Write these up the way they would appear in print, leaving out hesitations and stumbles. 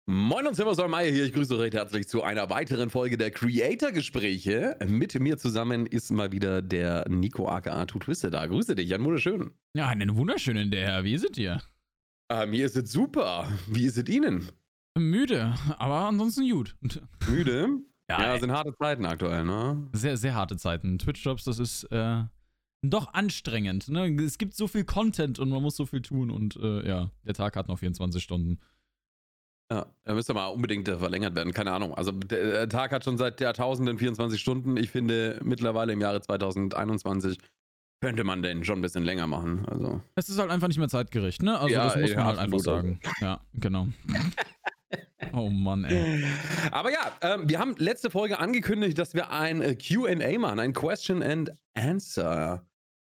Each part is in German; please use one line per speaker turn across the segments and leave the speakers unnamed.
Moin und Servus, Meier hier. Ich grüße euch recht herzlich zu einer weiteren Folge der Creator-Gespräche. Mit mir zusammen ist mal wieder der Nico aka Two Twisted da. Grüße dich, Jan, wunderschön.
Ja, einen wunderschönen der Herr. Wie ist es dir?
Mir ist es super. Wie ist es Ihnen?
Müde, aber ansonsten gut.
Müde?
Ja,
Sind harte Zeiten aktuell, ne?
sehr, sehr harte Zeiten. Twitch-Jobs, das ist doch anstrengend. Ne? Es gibt so viel Content und man muss so viel tun und ja, der Tag hat noch 24 Stunden.
Ja, er müsste mal unbedingt verlängert werden. Keine Ahnung. Also der Tag hat schon seit Jahrtausenden 24 Stunden. Ich finde, mittlerweile im Jahre 2021 könnte man den schon ein bisschen länger machen. Also.
Es ist halt einfach nicht mehr zeitgerecht, ne? Also
Ja,
das muss man halt einfach
absolut.
sagen. Ja, genau. Oh Mann, ey.
Aber ja, wir haben letzte Folge angekündigt, dass wir ein Q&A machen, ein Question and Answer.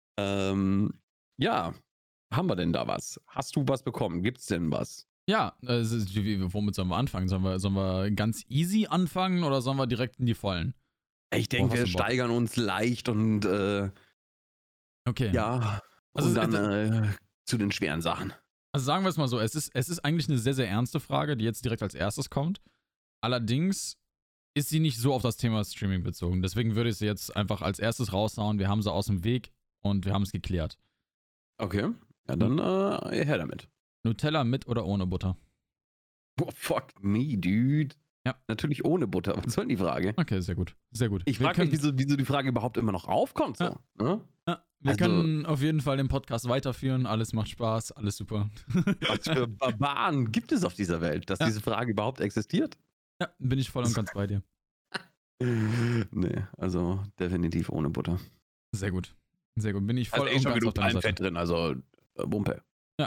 Ja, haben wir denn da was? Hast du was bekommen? Gibt's denn was?
Ja, womit sollen wir anfangen? Sollen wir ganz easy anfangen oder sollen wir direkt in die Vollen?
Ich denke, wir steigern uns leicht und
okay.
Ja,
also
und dann zu den schweren Sachen.
Also sagen wir es mal so, es ist eigentlich eine sehr, sehr ernste Frage, die jetzt direkt als erstes kommt. Allerdings ist sie nicht so auf das Thema Streaming bezogen. Deswegen würde ich sie jetzt einfach als erstes raushauen. Wir haben sie aus dem Weg und wir haben es geklärt.
Okay, ja dann her damit.
Nutella mit oder ohne Butter?
Oh, fuck me, dude.
Ja.
Natürlich ohne Butter. Was soll denn die Frage?
Okay, sehr gut. Sehr gut.
Ich frage mich, wieso die Frage überhaupt immer noch aufkommt. So.
Ja.
Ne?
Ja, wir können auf jeden Fall den Podcast weiterführen. Alles macht Spaß, alles super.
Was für Barbaren gibt es auf dieser Welt, dass diese Frage überhaupt existiert?
Ja, bin ich voll und ganz bei dir.
Nee, also definitiv ohne Butter.
Sehr gut. Sehr gut. Bin ich voll
und ganz auf deiner Seite. Fett drin, also Wumpe.
Ja.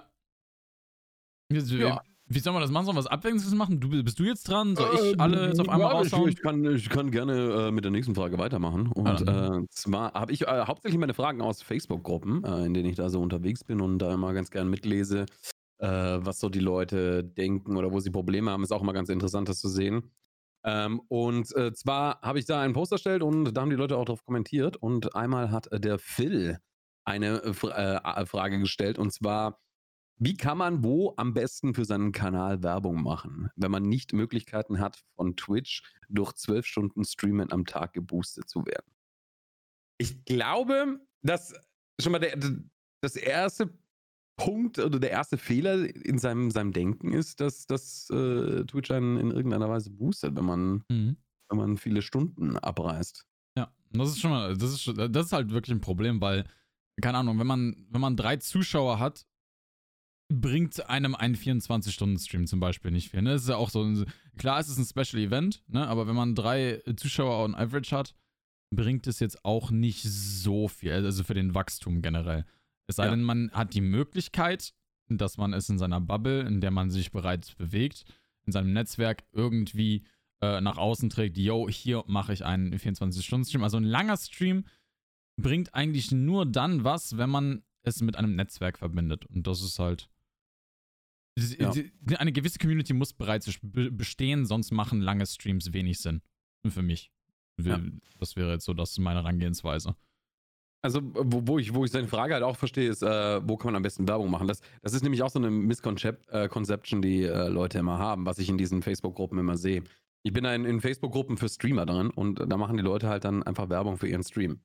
Wie soll man das machen? Sollen wir was Abwechselndes machen? Bist du jetzt dran? Soll ich alle jetzt auf einmal raushauen?
Ich kann gerne mit der nächsten Frage weitermachen. Und zwar habe ich hauptsächlich meine Fragen aus Facebook-Gruppen, in denen ich da so unterwegs bin und da immer ganz gerne mitlese, was so die Leute denken oder wo sie Probleme haben. Ist auch immer ganz interessant, das zu sehen. Und zwar habe ich da einen Post erstellt und da haben die Leute auch drauf kommentiert. Und einmal hat der Phil eine Frage gestellt und zwar: Wie kann man wo am besten für seinen Kanal Werbung machen, wenn man nicht Möglichkeiten hat, von Twitch durch 12 Stunden Streamen am Tag geboostet zu werden? Ich glaube, dass schon mal das erste Punkt oder der erste Fehler in seinem Denken ist, dass Twitch einen in irgendeiner Weise boostet, wenn man viele Stunden abreißt.
Ja, das ist schon mal, das ist halt wirklich ein Problem, weil, keine Ahnung, wenn man 3 Zuschauer hat, bringt einem ein 24-Stunden-Stream zum Beispiel nicht viel. Ne? Das ist ja auch so, klar, es ist ein Special-Event, ne? Aber wenn man 3 Zuschauer on Average hat, bringt es jetzt auch nicht so viel, also für den Wachstum generell. Es sei denn, man hat die Möglichkeit, dass man es in seiner Bubble, in der man sich bereits bewegt, in seinem Netzwerk irgendwie nach außen trägt, yo, hier mache ich einen 24-Stunden-Stream. Also ein langer Stream bringt eigentlich nur dann was, wenn man es mit einem Netzwerk verbindet. Und das ist halt eine gewisse Community muss bereits bestehen, sonst machen lange Streams wenig Sinn. Für mich. Ja. Das wäre jetzt so meine Herangehensweise.
Also, wo ich seine Frage halt auch verstehe, ist, wo kann man am besten Werbung machen? Das ist nämlich auch so eine Misconception, die Leute immer haben, was ich in diesen Facebook-Gruppen immer sehe. Ich bin da in Facebook-Gruppen für Streamer drin und da machen die Leute halt dann einfach Werbung für ihren Stream.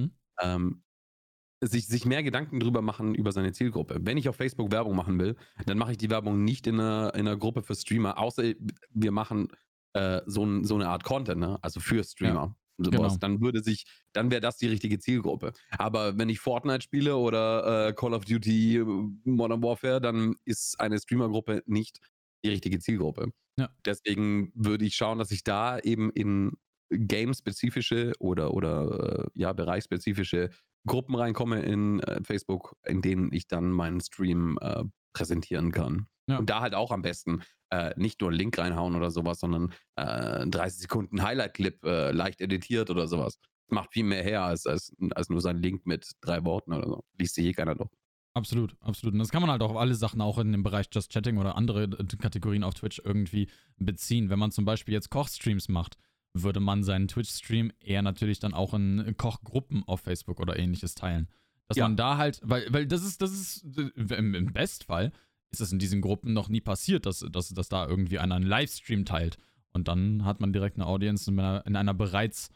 Sich mehr Gedanken drüber machen über seine Zielgruppe. Wenn ich auf Facebook Werbung machen will, dann mache ich die Werbung nicht in einer Gruppe für Streamer, außer wir machen so eine Art Content, ne? Also für Streamer. Ja, genau. Dann wäre das die richtige Zielgruppe. Aber wenn ich Fortnite spiele oder Call of Duty Modern Warfare, dann ist eine Streamergruppe nicht die richtige Zielgruppe. Ja. Deswegen würde ich schauen, dass ich da eben in game-spezifische oder bereichsspezifische Gruppen reinkomme in Facebook, in denen ich dann meinen Stream präsentieren kann. Ja. Und da halt auch am besten nicht nur einen Link reinhauen oder sowas, sondern 30 Sekunden Highlight-Clip leicht editiert oder sowas. Das macht viel mehr her als nur sein Link mit 3 Worten oder so. Liest sich keiner doch.
Absolut, absolut. Und das kann man halt auch auf alle Sachen auch in dem Bereich Just Chatting oder andere Kategorien auf Twitch irgendwie beziehen. Wenn man zum Beispiel jetzt Kochstreams macht, würde man seinen Twitch-Stream eher natürlich dann auch in Kochgruppen auf Facebook oder ähnliches teilen. Dass man da halt, weil das ist im Bestfall ist es in diesen Gruppen noch nie passiert, dass da irgendwie einer einen Livestream teilt. Und dann hat man direkt eine Audience in einer bereits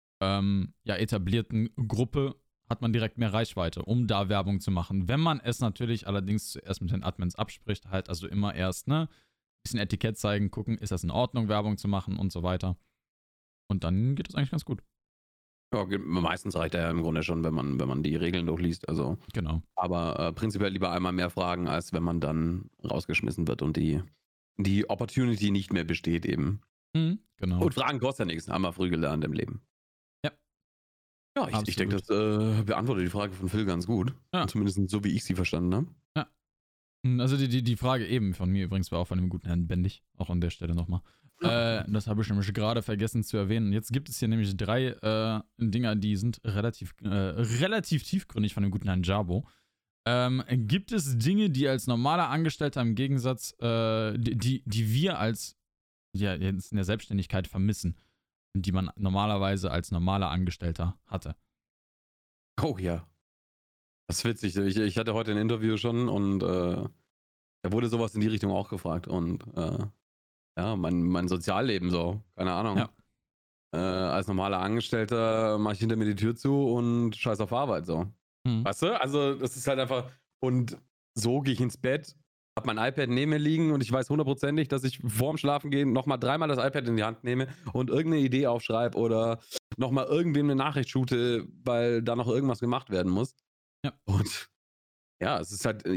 etablierten Gruppe hat man direkt mehr Reichweite, um da Werbung zu machen. Wenn man es natürlich allerdings zuerst mit den Admins abspricht, halt also immer erst, ne, bisschen Etikett zeigen, gucken, ist das in Ordnung, Werbung zu machen und so weiter. Und dann geht es eigentlich ganz gut.
Ja, meistens reicht er ja im Grunde schon, wenn man die Regeln durchliest. Also,
Genau.
aber prinzipiell lieber einmal mehr fragen, als wenn man dann rausgeschmissen wird und die Opportunity nicht mehr besteht eben.
Genau.
Und Fragen kostet ja nichts, haben wir früh gelernt im Leben.
Ja.
Ja, ich denke, das beantwortet die Frage von Phil ganz gut.
Ja.
Zumindest so, wie ich sie verstanden habe.
Ja. Also die Frage eben von mir übrigens war auch von dem guten Herrn Bendig, auch an der Stelle nochmal. Das habe ich nämlich gerade vergessen zu erwähnen. Jetzt gibt es hier nämlich 3 Dinger, die sind relativ tiefgründig von dem guten Herrn Jabo. Gibt es Dinge, die als normaler Angestellter im Gegensatz, die wir als jetzt in der Selbstständigkeit vermissen, die man normalerweise als normaler Angestellter hatte?
Oh ja. Das ist witzig. Ich hatte heute ein Interview schon und da wurde sowas in die Richtung auch gefragt. Und ja, mein Sozialleben so, keine Ahnung.
Ja.
Als normaler Angestellter mache ich hinter mir die Tür zu und scheiß auf Arbeit so. Weißt du? Also das ist halt einfach, und so gehe ich ins Bett, hab mein iPad neben mir liegen und ich weiß hundertprozentig, dass ich vorm Schlafengehen nochmal 3-mal das iPad in die Hand nehme und irgendeine Idee aufschreibe oder nochmal irgendwem eine Nachricht shoote, weil da noch irgendwas gemacht werden muss.
Ja.
Und ja, es ist halt,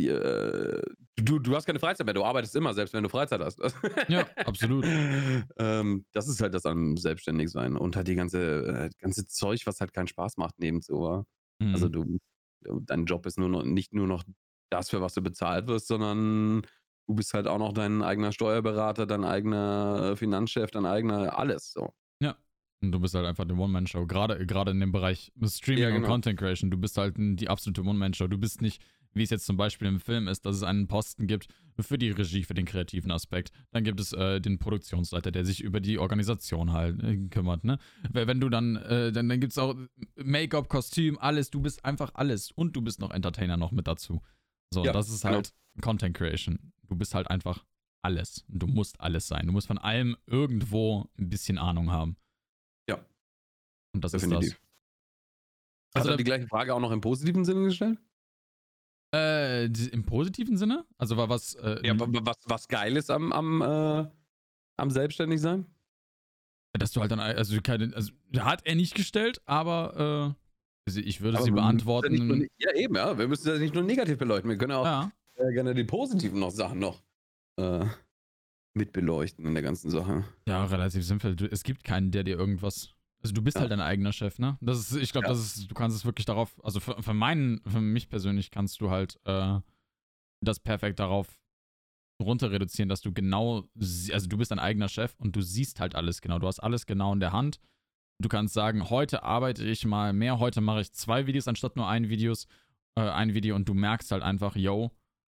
du hast keine Freizeit mehr, du arbeitest immer, selbst wenn du Freizeit hast.
Ja, absolut.
Das ist halt das am Selbstständigsein und halt die ganze Zeug, was halt keinen Spaß macht nebenzu. Also dein Job ist nicht nur noch das, für was du bezahlt wirst, sondern du bist halt auch noch dein eigener Steuerberater, dein eigener Finanzchef, dein eigener alles. So.
Ja. Und du bist halt einfach eine One-Man-Show. Gerade in dem Bereich Streaming und Content Creation. Du bist halt die absolute One-Man-Show. Du bist nicht, wie es jetzt zum Beispiel im Film ist, dass es einen Posten gibt für die Regie, für den kreativen Aspekt. Dann gibt es den Produktionsleiter, der sich über die Organisation halt kümmert. Ne? Wenn du dann gibt es auch Make-up, Kostüm, alles. Du bist einfach alles. Und du bist noch Entertainer noch mit dazu. So, ja, das ist halt Content Creation. Du bist halt einfach alles. Du musst alles sein. Du musst von allem irgendwo ein bisschen Ahnung haben.
Ja.
Und das
definitiv.
Ist das.
Hast du die gleiche Frage auch noch im positiven Sinne gestellt?
Im positiven Sinne? Also war was.
Was geil ist am Selbstständigsein?
Dass du halt dann, also hat er nicht gestellt, aber ich würde sie beantworten.
Ja, eben, ja. Wir müssen das nicht nur negativ beleuchten. Wir können auch gerne die positiven Sachen noch mit beleuchten in der ganzen Sache.
Ja, relativ simpel. Es gibt keinen, der dir irgendwas. Also du bist halt dein eigener Chef, ne? Ich glaube, du kannst es wirklich darauf, also für mich persönlich kannst du halt das perfekt darauf runter reduzieren, dass du genau, also du bist dein eigener Chef und du siehst halt alles genau. Du hast alles genau in der Hand. Du kannst sagen, heute arbeite ich mal mehr, heute mache ich 2 Videos anstatt nur ein Video und du merkst halt einfach, yo,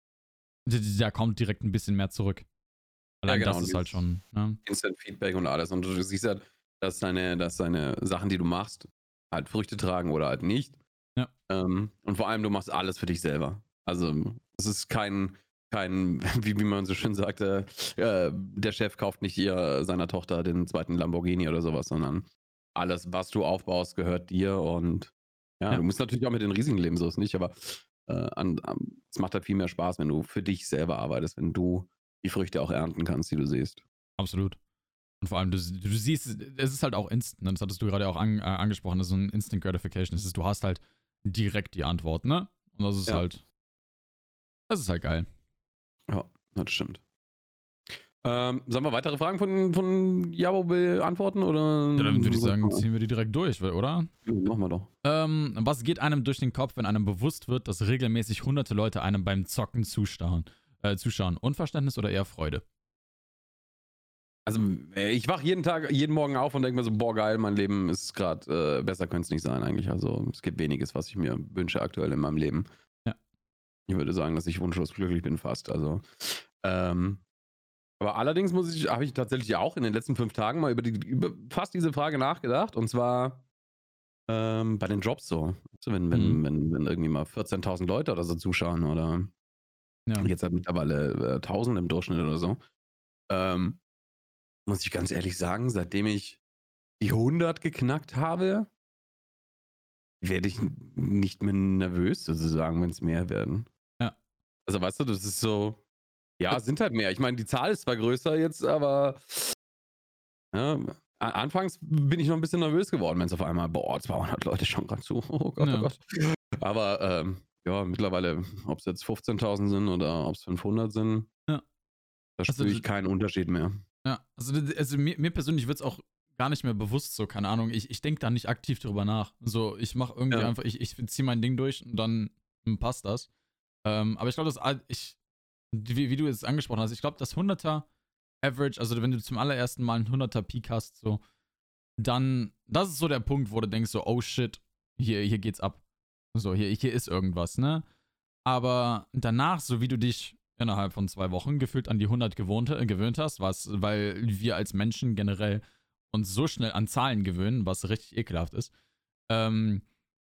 da kommt direkt ein bisschen mehr zurück. Allein das ist halt schon, ne?
Instant Feedback und alles. Und du siehst halt, dass deine Sachen, die du machst, halt Früchte tragen oder halt nicht.
Ja.
Und vor allem, du machst alles für dich selber. Also es ist kein wie man so schön sagte, der Chef kauft nicht seiner Tochter den zweiten Lamborghini oder sowas, sondern alles, was du aufbaust, gehört dir. Und du musst natürlich auch mit den Risiken leben, so ist nicht, aber es macht halt viel mehr Spaß, wenn du für dich selber arbeitest, wenn du die Früchte auch ernten kannst, die du siehst.
Absolut. Und vor allem, du siehst, es ist halt auch instant, ne? Das hattest du gerade auch angesprochen, das ist so ein Instant Gratification. Du hast halt direkt die Antwort, ne? Und das ist halt geil.
Ja, das stimmt. Sollen wir weitere Fragen von Jabo beantworten? Oder?
Ja, dann würde ich sagen, ziehen wir die direkt durch, oder?
Ja, machen wir doch.
Was geht einem durch den Kopf, wenn einem bewusst wird, dass regelmäßig hunderte Leute einem beim Zocken zuschauen? Unverständnis oder eher Freude?
Also, ich wache jeden Morgen auf und denke mir so, boah, geil, mein Leben ist gerade, besser könnte es nicht sein eigentlich. Also, es gibt weniges, was ich mir wünsche aktuell in meinem Leben.
Ja.
Ich würde sagen, dass ich wunschlos glücklich bin fast. Also, aber allerdings habe ich tatsächlich auch in den letzten 5 Tagen mal über fast diese Frage nachgedacht. Und zwar bei den Jobs so. Also wenn irgendwie mal 14.000 Leute oder so zuschauen oder
Ja.
Jetzt halt mittlerweile 1000 im Durchschnitt oder so. Ähm, muss ich ganz ehrlich sagen, seitdem ich die 100 geknackt habe, werde ich nicht mehr nervös sozusagen, wenn es mehr werden.
Ja.
Also weißt du, das ist so, ja,
Ä
sind halt mehr. Ich meine, die Zahl ist zwar größer jetzt, aber ja, anfangs bin ich noch ein bisschen nervös geworden, wenn es auf einmal, boah, 200 Leute schauen gerade zu. Oh Gott, oh
Ja.
Gott. Aber ja, mittlerweile, ob es jetzt 15.000 sind oder ob es 500 sind,
Ja.
da
Also,
spüre ich keinen Unterschied mehr.
ja, also mir persönlich wird es auch gar nicht mehr bewusst so, keine Ahnung. Ich denke da nicht aktiv drüber nach. So, ich mache irgendwie
Ja,
einfach, ich ziehe mein Ding durch und dann passt das. Aber ich glaube, wie du jetzt angesprochen hast, ich glaube, das 100er Average, also wenn du zum allerersten Mal einen 100er Peak hast, so, dann, das ist so der Punkt, wo du denkst so, oh shit, hier geht's ab. So, hier ist irgendwas, ne? Aber danach, so wie du dich innerhalb von 2 Wochen gefühlt an die 100 gewöhnt hast, weil wir als Menschen generell uns so schnell an Zahlen gewöhnen, was richtig ekelhaft ist, ähm,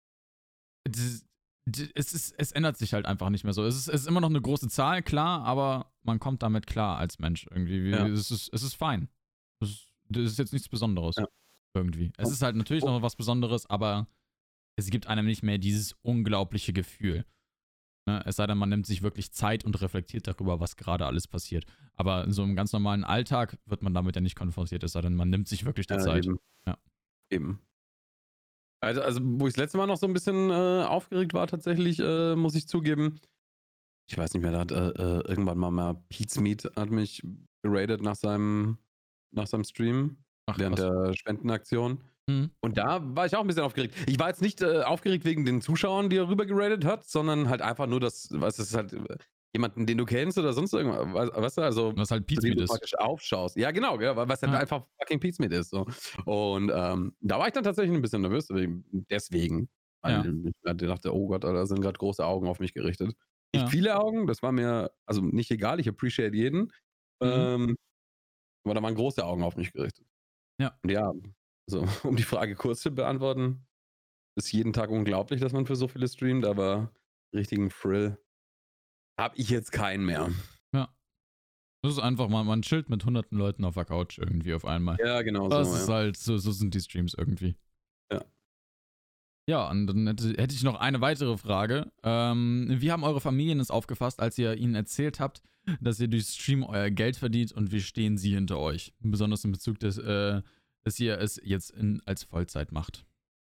es ändert sich halt einfach nicht mehr so. Es ist immer noch eine große Zahl, klar, aber man kommt damit klar als Mensch irgendwie.
ja,
Es ist fein. Das ist jetzt nichts Besonderes
ja.
irgendwie. Es
Oh,
ist halt natürlich
oh,
noch was Besonderes, aber es gibt einem nicht mehr dieses unglaubliche Gefühl. Ne? Es sei denn, man nimmt sich wirklich Zeit und reflektiert darüber, was gerade alles passiert. Aber in so einem ganz normalen Alltag wird man damit ja nicht konfrontiert, es sei denn, man nimmt sich wirklich die
ja,
Zeit.
eben,
Ja.
eben. Also, wo ich das letzte Mal noch so ein bisschen aufgeregt war, tatsächlich, muss ich zugeben. Ich weiß nicht mehr, da hat irgendwann mal Pete's Meat hat mich geradet nach seinem Stream
Ach,
während
krass.
der Spendenaktion.
Mhm.
Und da war ich auch ein bisschen aufgeregt. Ich war jetzt nicht aufgeregt wegen den Zuschauern, die er rüber geradet hat, sondern halt einfach nur das, was ist halt jemanden, den du kennst oder sonst irgendwas, weißt du, also
Was halt
zu
Pete's
dem
Meat
du
ist.
praktisch aufschaust. Ja, genau, ja, was halt
Ja.
einfach fucking Pete's Meat ist. So. Und da war ich dann tatsächlich ein bisschen nervös deswegen.
Ja.
Weil ich dachte, oh Gott, da sind gerade große Augen auf mich gerichtet. Nicht
Ja.
viele Augen, das war mir, also nicht egal, ich appreciate jeden.
Mhm.
Aber da waren große Augen auf mich gerichtet.
Ja.
Und ja, also um die Frage kurz zu beantworten, ist jeden Tag unglaublich, dass man für so viele streamt, aber richtigen Thrill habe ich jetzt keinen mehr.
Ja. Das ist einfach mal, man chillt mit hunderten Leuten auf der Couch irgendwie auf einmal.
Ja, genau
Das
so,
ist
ja.
halt, so sind die Streams irgendwie.
Ja.
Ja, und dann hätte ich noch eine weitere Frage. Wie haben eure Familien es aufgefasst, als ihr ihnen erzählt habt, dass ihr durch Stream euer Geld verdient und wie stehen sie hinter euch? Besonders in Bezug dass ihr es jetzt als Vollzeit macht.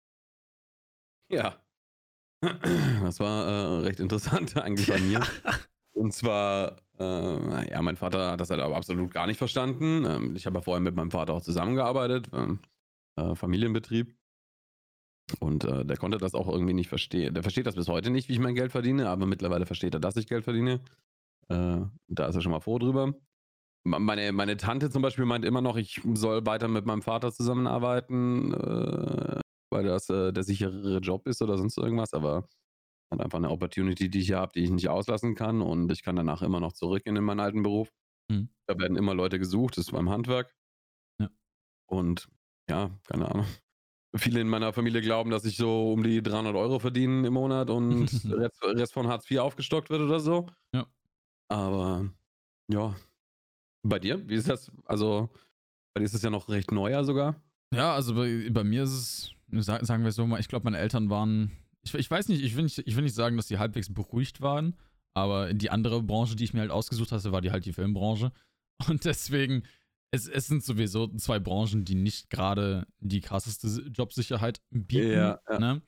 Ja. Das war recht interessant eigentlich bei mir. Und zwar, ja, mein Vater hat das halt aber absolut gar nicht verstanden. Ich habe ja vorher mit meinem Vater auch zusammengearbeitet, Familienbetrieb. Und der konnte das auch irgendwie nicht verstehen. Der versteht das bis heute nicht, wie ich mein Geld verdiene, aber mittlerweile versteht er, dass ich Geld verdiene. Da ist er schon mal froh drüber. Meine Tante zum Beispiel meint immer noch, ich soll weiter mit meinem Vater zusammenarbeiten, weil das der sicherere Job ist oder sonst irgendwas, aber halt einfach eine Opportunity, die ich hier habe, die ich nicht auslassen kann und ich kann danach immer noch zurück in meinen alten Beruf.
Mhm.
Da werden immer Leute gesucht, das ist beim Handwerk.
Ja.
Und ja, keine Ahnung. Viele in meiner Familie glauben, dass ich so um die 300 € verdiene im Monat und Rest von Hartz IV aufgestockt wird oder so.
Ja.
Aber ja, bei dir? Wie ist das? Also, bei dir ist es ja noch recht neuer sogar.
Ja, also bei mir ist es, sagen wir es so mal, ich glaube, meine Eltern waren, ich weiß nicht, ich will nicht sagen, dass die halbwegs beruhigt waren, aber die andere Branche, die ich mir halt ausgesucht hatte, war die Filmbranche. Und deswegen, es sind sowieso 2 Branchen, die nicht gerade die krasseste Jobsicherheit bieten.
Ja, ja.
Ne?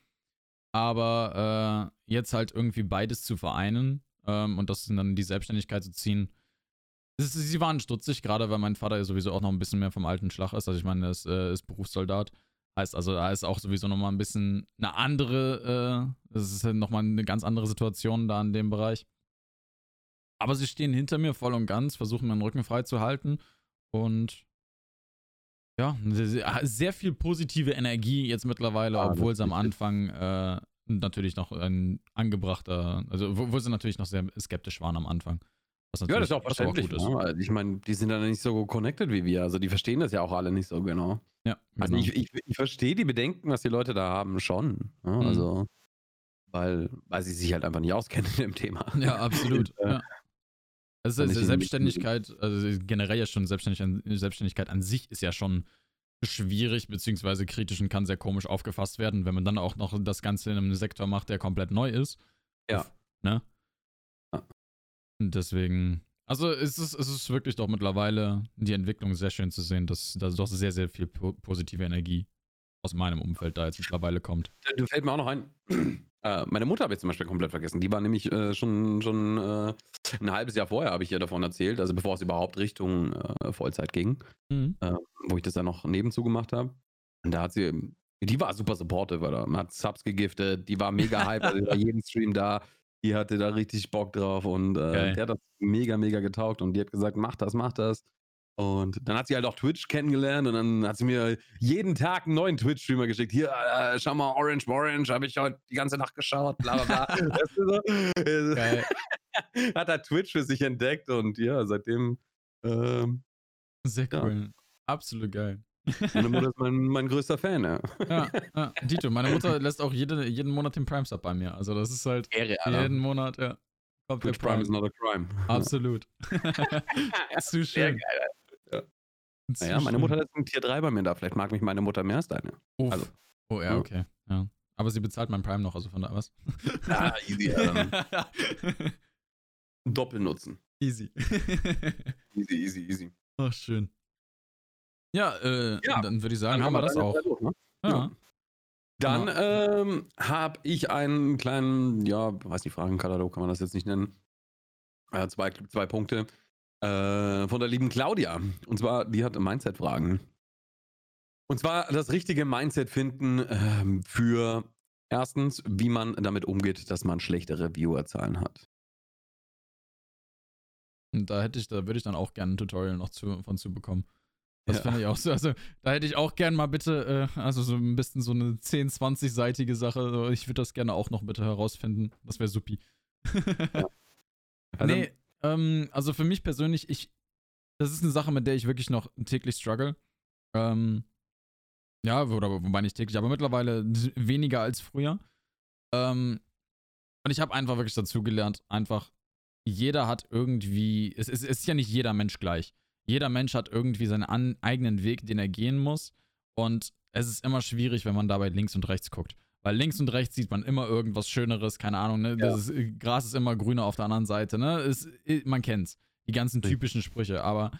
Aber jetzt halt irgendwie beides zu vereinen und das dann in die Selbstständigkeit zu ziehen, sie waren stutzig, gerade weil mein Vater ja sowieso auch noch ein bisschen mehr vom alten Schlag ist. Also ich meine, er ist Berufssoldat. Heißt also, da ist auch sowieso nochmal ein bisschen eine andere, es ist halt nochmal eine ganz andere Situation da in dem Bereich. Aber sie stehen hinter mir voll und ganz, versuchen meinen Rücken frei zu halten und ja, sehr viel positive Energie jetzt mittlerweile, obwohl es am Anfang natürlich noch ein angebrachter, also wo sie natürlich noch sehr skeptisch waren am Anfang.
Ja, das ist auch verständlich.
Gut ist.
Ne? Ich meine, die sind dann nicht so connected wie wir. Also die verstehen das ja auch alle nicht so genau.
Ja,
Also
genau.
ich verstehe die Bedenken, was die Leute da haben, schon. Ne? Also, weil sie sich halt einfach nicht auskennen in dem Thema.
Ja, absolut. Ja. Also Selbstständigkeit, also generell ja schon Selbstständigkeit an sich ist ja schon schwierig, beziehungsweise kritisch und kann sehr komisch aufgefasst werden, wenn man dann auch noch das Ganze in einem Sektor macht, der komplett neu ist.
Ja.
Ne?
Ja.
Und deswegen, also es ist wirklich doch mittlerweile die Entwicklung sehr schön zu sehen, dass doch sehr, sehr viel positive Energie aus meinem Umfeld da jetzt mittlerweile kommt.
Da fällt mir auch noch ein. Meine Mutter habe ich zum Beispiel komplett vergessen. Die war nämlich schon ein halbes Jahr vorher, habe ich ihr davon erzählt, also bevor es überhaupt Richtung Vollzeit ging, wo ich das dann noch nebenzu gemacht habe. Und da hat die war super supportive, oder? Hat Subs gegiftet, die war mega hype, also war jeden Stream da, die hatte da richtig Bock drauf und der hat das mega, mega getaugt und die hat gesagt, mach das. Und dann hat sie halt auch Twitch kennengelernt und dann hat sie mir jeden Tag einen neuen Twitch-Streamer geschickt. Hier, schau mal, Orange, habe ich heute die ganze Nacht geschaut, bla bla bla. Geil. Hat er Twitch für sich entdeckt und ja, seitdem.
Sehr cool. Ja. Absolut geil.
Meine Mutter ist mein größter Fan, ja.
Ja, Dito, meine Mutter lässt auch jeden Monat den Prime-Sub bei mir. Also das ist halt jeden Monat, ja.
Twitch Prime is not a crime.
Absolut. Zu schön.
Sehr geil. Naja, meine Mutter ist ein Tier 3 bei mir da. Vielleicht mag mich meine Mutter mehr als deine.
Also, oh ja, okay. Ja. Aber sie bezahlt mein Prime noch, also von da was.
Easy. Doppelnutzen.
Easy.
Easy.
Ach, schön. Ja, dann würde ich sagen, haben wir das auch. Durch, ne? Ja.
Dann habe ich einen kleinen, weiß nicht, Fragenkatalog kann man das jetzt nicht nennen. Zwei Punkte. Von der lieben Claudia. Und zwar, die hat Mindset-Fragen. Und zwar das richtige Mindset finden für erstens, wie man damit umgeht, dass man schlechtere Viewerzahlen hat.
Und da würde ich dann auch gerne ein Tutorial noch von zu bekommen. Das fände ich auch so. Also, da hätte ich auch gerne mal bitte, also so ein bisschen so eine 10-, 20-seitige Sache. Ich würde das gerne auch noch bitte herausfinden. Das wäre supi.
Ja. Also,
also für mich persönlich, das ist eine Sache, mit der ich wirklich noch täglich struggle. Ja, oder wobei nicht täglich, aber mittlerweile weniger als früher. Und ich habe einfach wirklich dazu gelernt, jeder hat irgendwie, es ist ja nicht jeder Mensch gleich. Jeder Mensch hat irgendwie seinen eigenen Weg, den er gehen muss. Und es ist immer schwierig, wenn man dabei links und rechts guckt. Weil links und rechts sieht man immer irgendwas Schöneres, keine Ahnung, ne? Gras ist immer grüner auf der anderen Seite, ne? Man kennt's. Die ganzen typischen Sprüche. Aber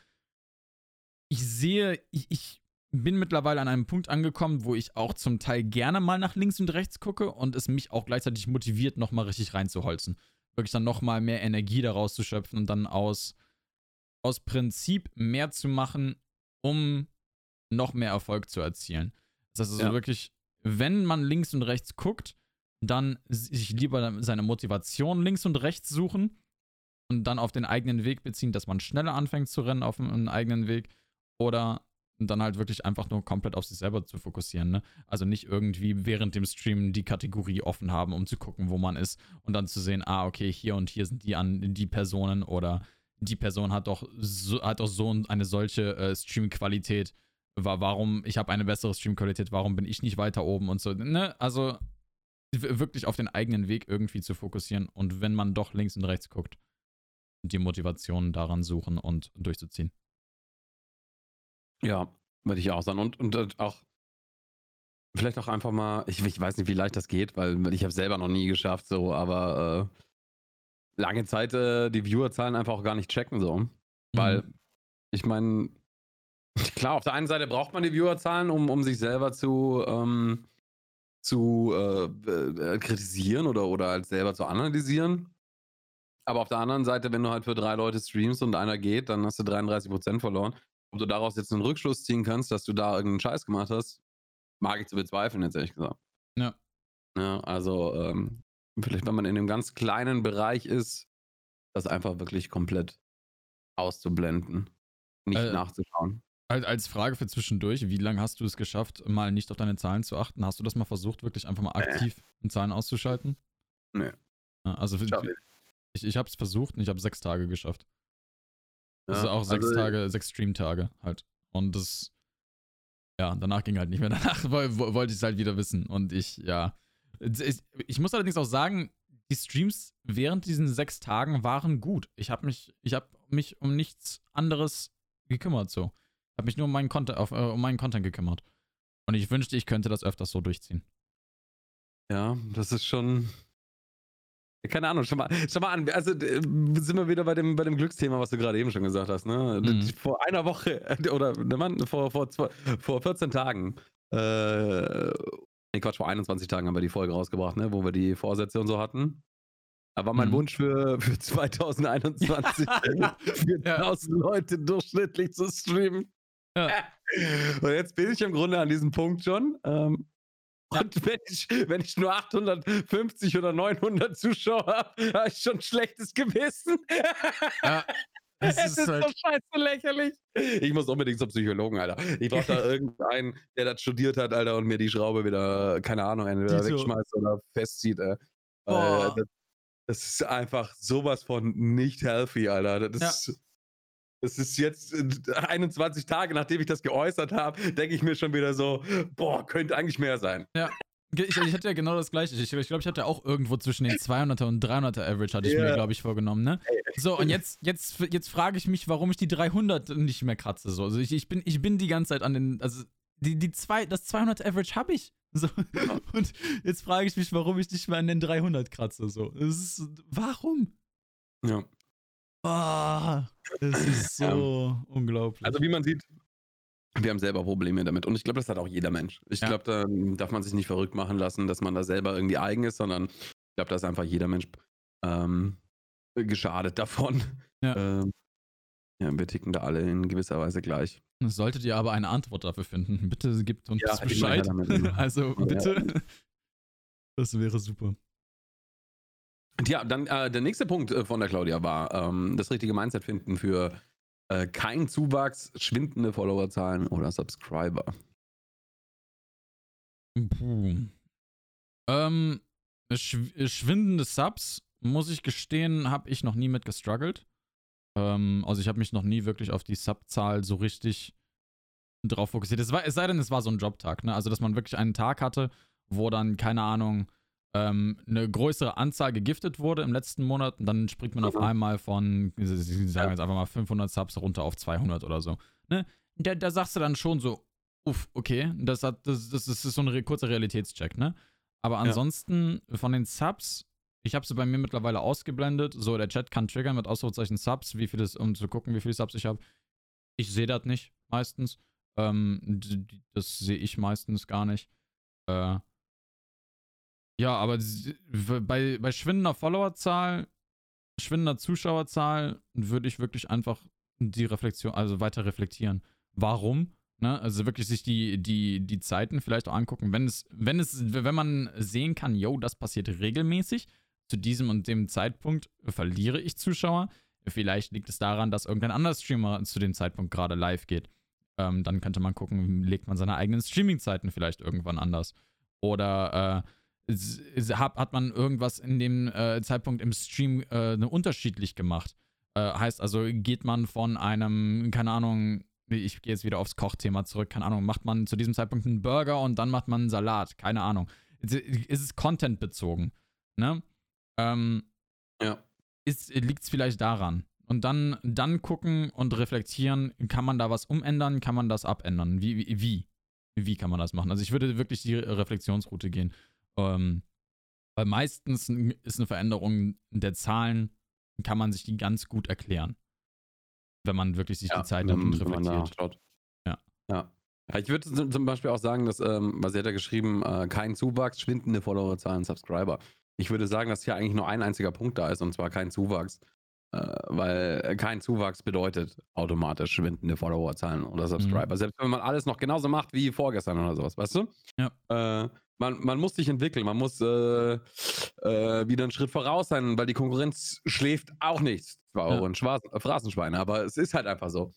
ich bin mittlerweile an einem Punkt angekommen, wo ich auch zum Teil gerne mal nach links und rechts gucke und es mich auch gleichzeitig motiviert, nochmal richtig reinzuholzen. Wirklich dann nochmal mehr Energie daraus zu schöpfen und dann aus Prinzip mehr zu machen, um noch mehr Erfolg zu erzielen. Das heißt also wirklich, wenn man links und rechts guckt, dann sich lieber seine Motivation links und rechts suchen und dann auf den eigenen Weg beziehen, dass man schneller anfängt zu rennen auf einem eigenen Weg oder dann halt wirklich einfach nur komplett auf sich selber zu fokussieren, ne? Also nicht irgendwie während dem Stream die Kategorie offen haben, um zu gucken, wo man ist und dann zu sehen, okay, hier und hier sind die Personen oder die Person hat doch so eine solche Streamqualität. Warum, ich habe eine bessere Streamqualität, warum bin ich nicht weiter oben und so, ne? Also wirklich auf den eigenen Weg irgendwie zu fokussieren und wenn man doch links und rechts guckt, die Motivation daran suchen und durchzuziehen.
Ja, würde ich auch sagen. Und auch vielleicht auch einfach mal, ich weiß nicht, wie leicht das geht, weil ich habe es selber noch nie geschafft, so, aber lange Zeit die Viewerzahlen einfach auch gar nicht checken, so. Weil, ich meine, klar, auf der einen Seite braucht man die Viewerzahlen, um sich selber zu kritisieren oder halt selber zu analysieren. Aber auf der anderen Seite, wenn du halt für 3 Leute streamst und einer geht, dann hast du 33% verloren. Ob du daraus jetzt einen Rückschluss ziehen kannst, dass du da irgendeinen Scheiß gemacht hast, mag ich zu bezweifeln, jetzt ehrlich gesagt.
Ja.
Ja, also, vielleicht, wenn man in einem ganz kleinen Bereich ist, das einfach wirklich komplett auszublenden, nicht nachzuschauen.
Als Frage für zwischendurch, wie lange hast du es geschafft, mal nicht auf deine Zahlen zu achten? Hast du das mal versucht, wirklich einfach mal aktiv Zahlen auszuschalten?
Nee.
Also ich habe es versucht und ich habe 6 Tage geschafft. Das ist auch 6 Tage, 6 Stream-Tage halt. Und das, danach ging halt nicht mehr. Danach wollte ich es halt wieder wissen. Und ich muss allerdings auch sagen, die Streams während diesen 6 Tagen waren gut. Ich habe mich um nichts anderes gekümmert so. Habe mich nur um um meinen Content gekümmert. Und ich wünschte, ich könnte das öfters so durchziehen.
Ja, das ist schon. Keine Ahnung, schau mal an. Also sind wir wieder bei dem Glücksthema, was du gerade eben schon gesagt hast. Ne? Vor einer Woche oder vor 14 Tagen. Nee, Quatsch, vor 21 Tagen haben wir die Folge rausgebracht, ne? Wo wir die Vorsätze und so hatten. Da war mein Wunsch für 2021 4.000 Leute durchschnittlich zu streamen.
Ja.
Und jetzt bin ich im Grunde an diesem Punkt schon. Und wenn ich nur 850 oder 900 Zuschauer habe, habe ich schon ein schlechtes Gewissen.
Ja,
es ist halt so scheiße lächerlich. Ich muss unbedingt zum Psychologen, Alter. Ich brauche da irgendeinen, der das studiert hat, Alter, und mir die Schraube wieder, keine Ahnung, entweder wegschmeißt oder festzieht. Das ist einfach sowas von nicht healthy, Alter. Das ist jetzt 21 Tage, nachdem ich das geäußert habe, denke ich mir schon wieder so, boah, könnte eigentlich mehr sein.
Ja, ich hatte ja genau das Gleiche. Ich glaube, ich hatte auch irgendwo zwischen den 200er und 300er Average, hatte ich mir, glaube ich, vorgenommen, ne? So, und jetzt frage ich mich, warum ich die 300 nicht mehr kratze. So. Also ich bin die ganze Zeit an den, also das 200 Average habe ich. So. Und jetzt frage ich mich, warum ich nicht mehr an den 300 kratze. So. Warum?
Ja.
Das ist so unglaublich.
Also wie man sieht, wir haben selber Probleme damit. Und ich glaube, das hat auch jeder Mensch. Ich glaube, da darf man sich nicht verrückt machen lassen, dass man da selber irgendwie eigen ist, sondern ich glaube, da ist einfach jeder Mensch geschadet davon.
Ja.
Wir ticken da alle in gewisser Weise gleich.
Solltet ihr aber eine Antwort dafür finden, bitte gebt uns Bescheid. Also bitte. Das wäre super.
Ja, dann der nächste Punkt von der Claudia war das richtige Mindset finden für keinen Zuwachs, schwindende Followerzahlen oder Subscriber.
Schwindende Subs, muss ich gestehen, habe ich noch nie mit gestruggelt. Also ich habe mich noch nie wirklich auf die Subzahl so richtig drauf fokussiert. Es sei denn, es war so ein Jobtag, ne? Also dass man wirklich einen Tag hatte, wo dann, keine Ahnung, eine größere Anzahl gegiftet wurde im letzten Monat und dann springt man auf einmal von, sagen wir jetzt einfach mal 500 Subs runter auf 200 oder so. Ne? Da sagst du dann schon so, okay, das ist so ein kurzer Realitätscheck, ne? Aber ansonsten von den Subs, ich habe sie bei mir mittlerweile ausgeblendet, so der Chat kann triggern mit Ausrufezeichen Subs, um zu gucken, wie viele Subs ich habe. Ich sehe das nicht meistens. Das sehe ich meistens gar nicht. Ja, aber bei schwindender Followerzahl, schwindender Zuschauerzahl würde ich wirklich einfach die Reflexion, also weiter reflektieren. Warum? Ne? Also wirklich sich die Zeiten vielleicht auch angucken, wenn man sehen kann, yo, das passiert regelmäßig, zu diesem und dem Zeitpunkt verliere ich Zuschauer. Vielleicht liegt es daran, dass irgendein anderer Streamer zu dem Zeitpunkt gerade live geht. Dann könnte man gucken, legt man seine eigenen Streaming-Zeiten vielleicht irgendwann anders. Oder hat man irgendwas in dem Zeitpunkt im Stream unterschiedlich gemacht. Heißt also, geht man von einem, keine Ahnung, ich gehe jetzt wieder aufs Kochthema zurück, keine Ahnung, macht man zu diesem Zeitpunkt einen Burger und dann macht man einen Salat, keine Ahnung. Es ist Content-bezogen, ne? Liegt es vielleicht daran. Und dann gucken und reflektieren, kann man da was umändern, kann man das abändern? Wie kann man das machen? Also ich würde wirklich die Reflexionsroute gehen. Weil meistens ist eine Veränderung der Zahlen, kann man sich die ganz gut erklären. Wenn man wirklich sich die Zeit nimmt und reflektiert.
Ja, ich würde zum Beispiel auch sagen, dass, was sie hat ja geschrieben, kein Zuwachs, schwindende Followerzahlen, Subscriber. Ich würde sagen, dass hier eigentlich nur ein einziger Punkt da ist, und zwar kein Zuwachs. Weil kein Zuwachs bedeutet automatisch schwindende Followerzahlen oder Subscriber. Selbst wenn man alles noch genauso macht wie vorgestern oder sowas, weißt du?
Ja.
Man muss sich entwickeln, man muss wieder einen Schritt voraus sein, weil die Konkurrenz schläft auch nicht. Zwar auch in Phrasenschweine, aber es ist halt einfach so.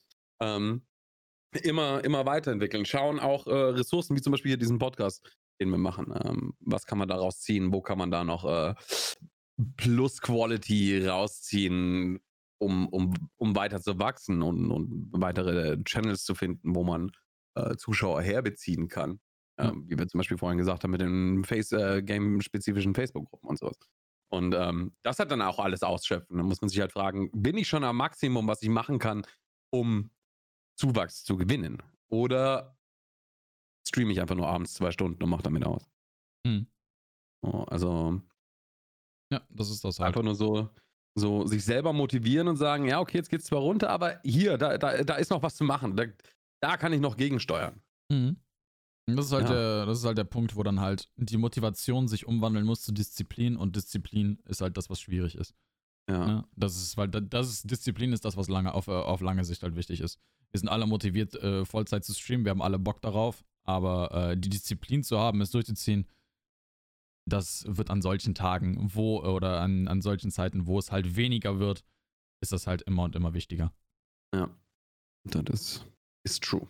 Immer weiterentwickeln. Schauen auch Ressourcen, wie zum Beispiel hier diesen Podcast, den wir machen. Was kann man daraus ziehen? Wo kann man da noch Plus Quality rausziehen, um weiter zu wachsen und weitere Channels zu finden, wo man Zuschauer herbeziehen kann. Wie wir zum Beispiel vorhin gesagt haben, mit den Game-spezifischen Facebook-Gruppen und sowas. Und das hat dann auch alles ausschöpfen. Da muss man sich halt fragen, bin ich schon am Maximum, was ich machen kann, um Zuwachs zu gewinnen? Oder streame ich einfach nur abends 2 Stunden und mache damit aus?
Mhm.
Also
Ja, das ist das halt.
einfach nur so sich selber motivieren und sagen, ja, okay, jetzt geht's zwar runter, aber hier, da ist noch was zu machen. Da kann ich noch gegensteuern.
Mhm. Und das ist halt
Ja.
das ist halt der Punkt, wo dann halt die Motivation sich umwandeln muss zu Disziplin und Disziplin ist halt das, was schwierig ist.
Ja.
Ne? Disziplin ist das, was auf lange Sicht halt wichtig ist. Wir sind alle motiviert, Vollzeit zu streamen, wir haben alle Bock darauf, aber die Disziplin zu haben, es durchzuziehen, das wird an solchen Tagen, oder an solchen Zeiten, wo es halt weniger wird, ist das halt immer und immer wichtiger.
Ja. Das ist true.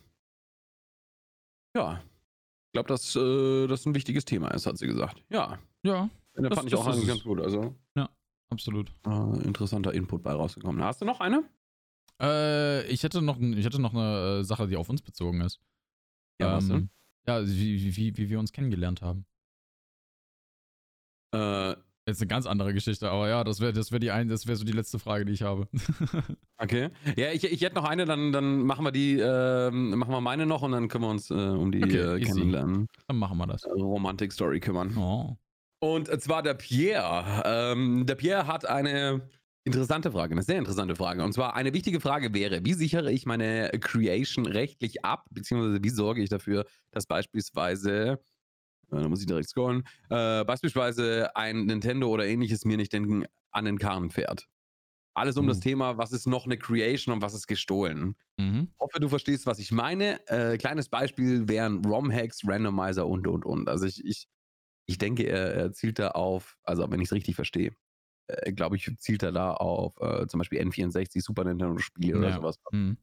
Ja. Ich glaube, dass das ein wichtiges Thema ist, hat sie gesagt. Ja.
Ja.
Da fand ich auch eigentlich ganz gut. Also
Absolut.
interessanter Input bei rausgekommen. Hast du noch eine?
Ich hätte noch eine Sache, die auf uns bezogen ist.
Ja, was denn?
Ja, wie wir uns kennengelernt haben. Jetzt eine ganz andere Geschichte, aber ja, das wäre so die letzte Frage, die ich habe.
Okay. Ja, ich hätte noch eine, dann machen wir meine noch und dann können wir uns um die
Okay, easy.
Kennenlernen.
Dann machen wir das.
Romantik-Story kümmern.
Oh.
Und zwar der Pierre. Der Pierre hat eine interessante Frage, eine sehr interessante Frage. Und zwar eine wichtige Frage wäre, wie sichere ich meine Creation rechtlich ab, beziehungsweise wie sorge ich dafür, dass beispielsweise, da muss ich direkt scrollen, beispielsweise ein Nintendo oder ähnliches mir nicht an den Karren fährt. Alles um das Thema, was ist noch eine Creation und was ist gestohlen.
Mhm.
Hoffe, du verstehst, was ich meine. Kleines Beispiel wären ROM-Hacks, Randomizer und. Also ich denke, er zielt da auf, also wenn ich es richtig verstehe, glaube ich, zielt er da auf zum Beispiel N64, Super Nintendo-Spiele oder sowas.
Mhm.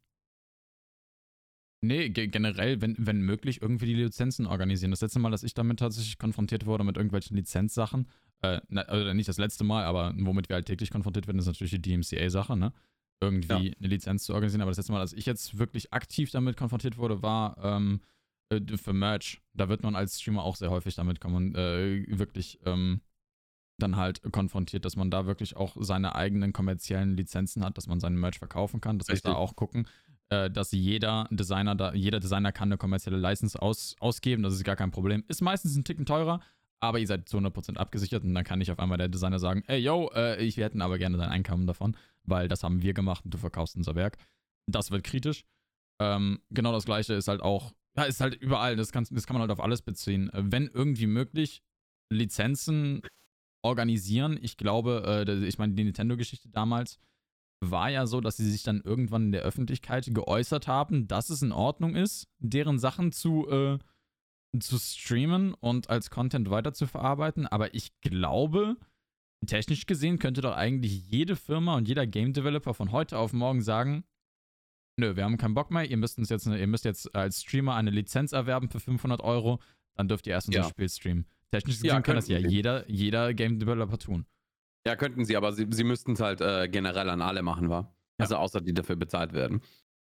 Nee, generell, wenn möglich, irgendwie die Lizenzen organisieren. Das letzte Mal, dass ich damit tatsächlich konfrontiert wurde mit irgendwelchen Lizenzsachen, also nicht das letzte Mal, aber womit wir halt täglich konfrontiert werden, ist natürlich die DMCA-Sache, ne? Irgendwie eine Lizenz zu organisieren. Aber das letzte Mal, als ich jetzt wirklich aktiv damit konfrontiert wurde, war für Merch. Da wird man als Streamer auch sehr häufig damit wirklich dann halt konfrontiert, dass man da wirklich auch seine eigenen kommerziellen Lizenzen hat, dass man seinen Merch verkaufen kann. Das heißt, da auch gucken, dass jeder Designer kann eine kommerzielle License ausgeben, das ist gar kein Problem. Ist meistens ein Ticken teurer, aber ihr seid zu 100% abgesichert und dann kann nicht auf einmal der Designer sagen, ey, yo, wir hätten aber gerne dein Einkommen davon, weil das haben wir gemacht und du verkaufst unser Werk. Das wird kritisch. Genau das Gleiche ist halt auch, ist halt überall, das kann man halt auf alles beziehen. Wenn irgendwie möglich, Lizenzen organisieren. Ich glaube, ich meine, die Nintendo-Geschichte damals war ja so, dass sie sich dann irgendwann in der Öffentlichkeit geäußert haben, dass es in Ordnung ist, deren Sachen zu streamen und als Content weiterzuverarbeiten. Aber ich glaube, technisch gesehen könnte doch eigentlich jede Firma und jeder Game Developer von heute auf morgen sagen, nö, wir haben keinen Bock mehr, ihr müsst jetzt als Streamer eine Lizenz erwerben für 500 €, dann dürft ihr erst unser Spiel streamen. Technisch gesehen kann das ja jeder Game Developer tun.
Ja, könnten sie, aber sie müssten es halt generell an alle machen, wa? Also außer die dafür bezahlt werden.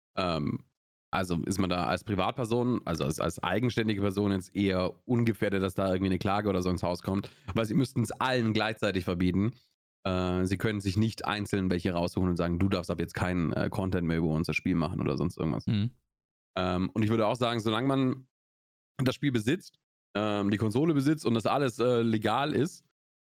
Also ist man da als Privatperson, also als eigenständige Person jetzt eher ungefährdet, dass da irgendwie eine Klage oder so ins Haus kommt, weil sie müssten es allen gleichzeitig verbieten. Sie können sich nicht einzeln welche raussuchen und sagen, du darfst ab jetzt keinen Content mehr über unser Spiel machen oder sonst irgendwas.
Mhm.
Und ich würde auch sagen, solange man das Spiel besitzt, die Konsole besitzt und das alles legal ist,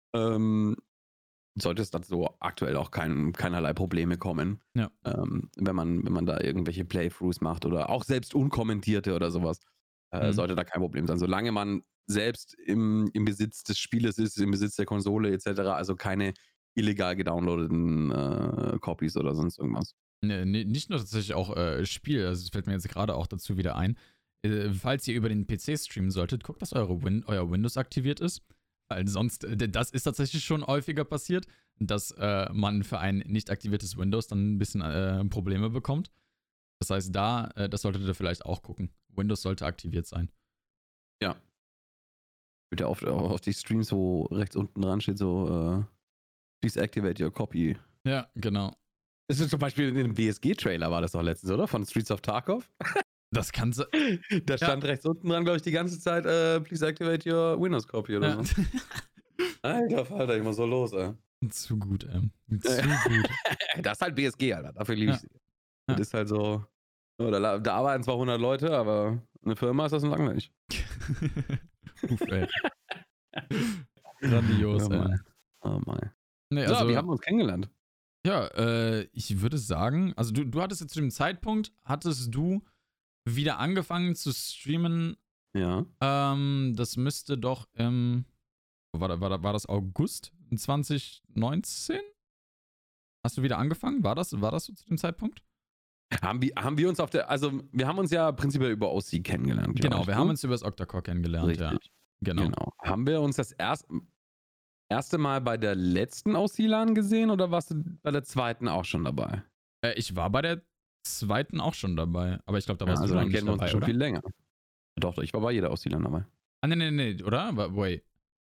sollte es dazu aktuell auch keinerlei Probleme kommen.
Ja.
Wenn man da irgendwelche Playthroughs macht oder auch selbst unkommentierte oder sowas, sollte da kein Problem sein. Solange man selbst im Besitz des Spieles ist, im Besitz der Konsole etc., also keine illegal gedownloadeten Copies oder sonst irgendwas.
Nee, nicht nur tatsächlich auch Spiel, also es fällt mir jetzt gerade auch dazu wieder ein. Falls ihr über den PC streamen solltet, guckt, dass euer Windows aktiviert ist. Weil sonst, das ist tatsächlich schon häufiger passiert, dass man für ein nicht aktiviertes Windows dann ein bisschen Probleme bekommt. Das heißt, das solltet ihr vielleicht auch gucken. Windows sollte aktiviert sein.
Ja. Wird ja oft auf die Streams, wo rechts unten dran steht, so please activate your copy.
Ja, genau.
Das ist zum Beispiel in dem WSG-Trailer war das doch letztens, oder? Von Streets of Tarkov.
Das kann sein.
Da stand rechts unten dran, glaube ich, die ganze Zeit, please activate your Windows Copy oder so. Alter Falter, ich muss so los, ey.
Zu gut, zu gut.
Das ist halt BSG, Alter. Dafür liebe ich sie. Das ist halt so. Da arbeiten zwar 100 Leute, aber eine Firma ist das langweilig.
Uff, ey. Grandios, ey.
Oh mein.
Nee,
So,
also,
wie haben wir uns kennengelernt?
ja, ich würde sagen, also du hattest jetzt zu dem Zeitpunkt, hattest du wieder angefangen zu streamen.
Ja.
Das müsste doch im, war das August 2019? Hast du wieder angefangen? War das so zu dem Zeitpunkt?
Haben wir uns also wir haben uns ja prinzipiell über OC kennengelernt.
Genau, wir haben uns über das Octacore kennengelernt,
Richtig.
ja. Genau.
Haben wir uns das erste Mal bei der letzten OC-LAN gesehen oder warst du bei der zweiten auch schon dabei?
Ich war bei der zweiten auch schon dabei, aber ich glaube, da warst
also
du
dann
noch nicht
kennen wir uns
dabei,
schon
oder?
viel länger. Doch, ich war bei jeder OC-LAN dabei.
Ah, nee, oder? Wait.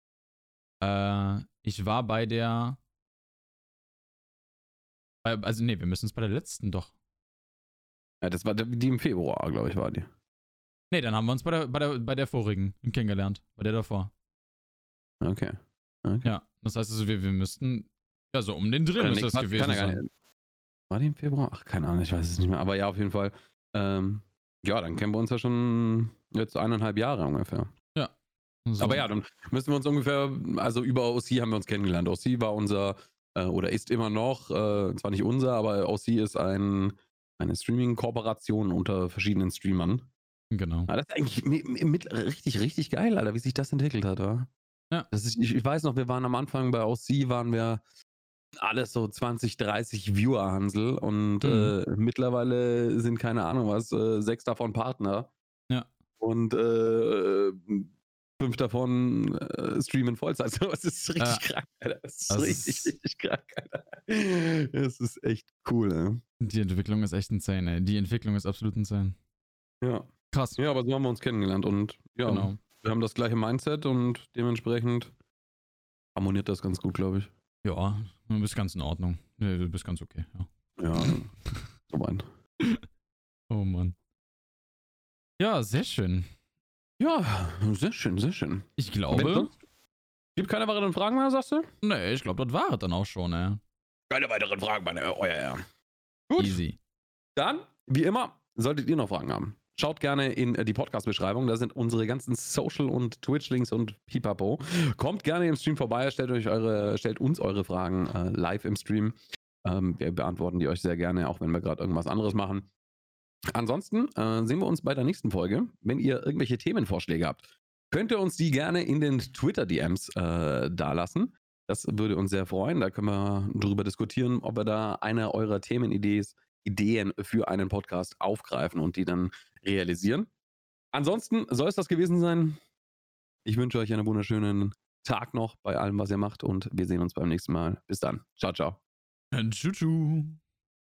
Ich war bei der. Also, nee, wir müssen es bei der letzten doch.
Ja, das war die im Februar, glaube ich, war die.
Nee, dann haben wir uns bei der vorigen kennengelernt. Bei der davor.
Okay.
Ja, das heißt also, wir müssten. Ja, so um den Dreh müsste das gewesen sein.
War die im Februar? Ach, keine Ahnung, ich weiß es nicht mehr. Aber ja, auf jeden Fall. Ja, dann kennen wir uns ja schon jetzt 1,5 Jahre ungefähr.
Ja. So.
Aber ja, dann müssen wir uns ungefähr, also über OC haben wir uns kennengelernt. OC war unser, oder ist immer noch, zwar nicht unser, aber OC ist eine Streaming-Kooperation unter verschiedenen Streamern.
Genau.
Aber das ist eigentlich richtig, richtig geil, Alter, wie sich das entwickelt hat, oder?
Ja.
Ich weiß noch, wir waren am Anfang bei OC, waren wir alles so 20, 30 Viewer, Hansel, und mittlerweile sind, keine Ahnung was, 6 davon Partner.
Ja.
Und 5 davon streamen Vollzeit. Das ist richtig krank, Alter. Das ist richtig krank, Alter. Das ist echt cool, ey.
Die Entwicklung ist echt insane, ey. Die Entwicklung ist absolut insane.
Ja.
Krass.
Ja, aber so haben wir uns kennengelernt und ja,
Genau.
wir haben das gleiche Mindset und dementsprechend harmoniert das ganz gut, glaube ich.
Ja, du bist ganz in Ordnung. Nee, du bist ganz okay, ja.
Ja, so weit.
Oh Mann. Ja, sehr schön.
Ja, sehr schön, sehr schön.
Ich glaube.
Gibt keine weiteren Fragen mehr, sagst du?
Nee, ich glaube, das war es dann auch schon, ey.
Keine weiteren Fragen, euer Herr. Gut.
Easy.
Dann, wie immer, solltet ihr noch Fragen haben, schaut gerne in die Podcast-Beschreibung. Da sind unsere ganzen Social- und Twitch-Links und Pipapo. Kommt gerne im Stream vorbei, stellt uns eure Fragen live im Stream. Wir beantworten die euch sehr gerne, auch wenn wir gerade irgendwas anderes machen. Ansonsten sehen wir uns bei der nächsten Folge. Wenn ihr irgendwelche Themenvorschläge habt, könnt ihr uns die gerne in den Twitter-DMs dalassen. Das würde uns sehr freuen. Da können wir drüber diskutieren, ob wir da eine eurer Ideen für einen Podcast aufgreifen und die dann realisieren. Ansonsten soll es das gewesen sein. Ich wünsche euch einen wunderschönen Tag noch bei allem, was ihr macht, und wir sehen uns beim nächsten Mal. Bis dann. Ciao, ciao.
Tschüss.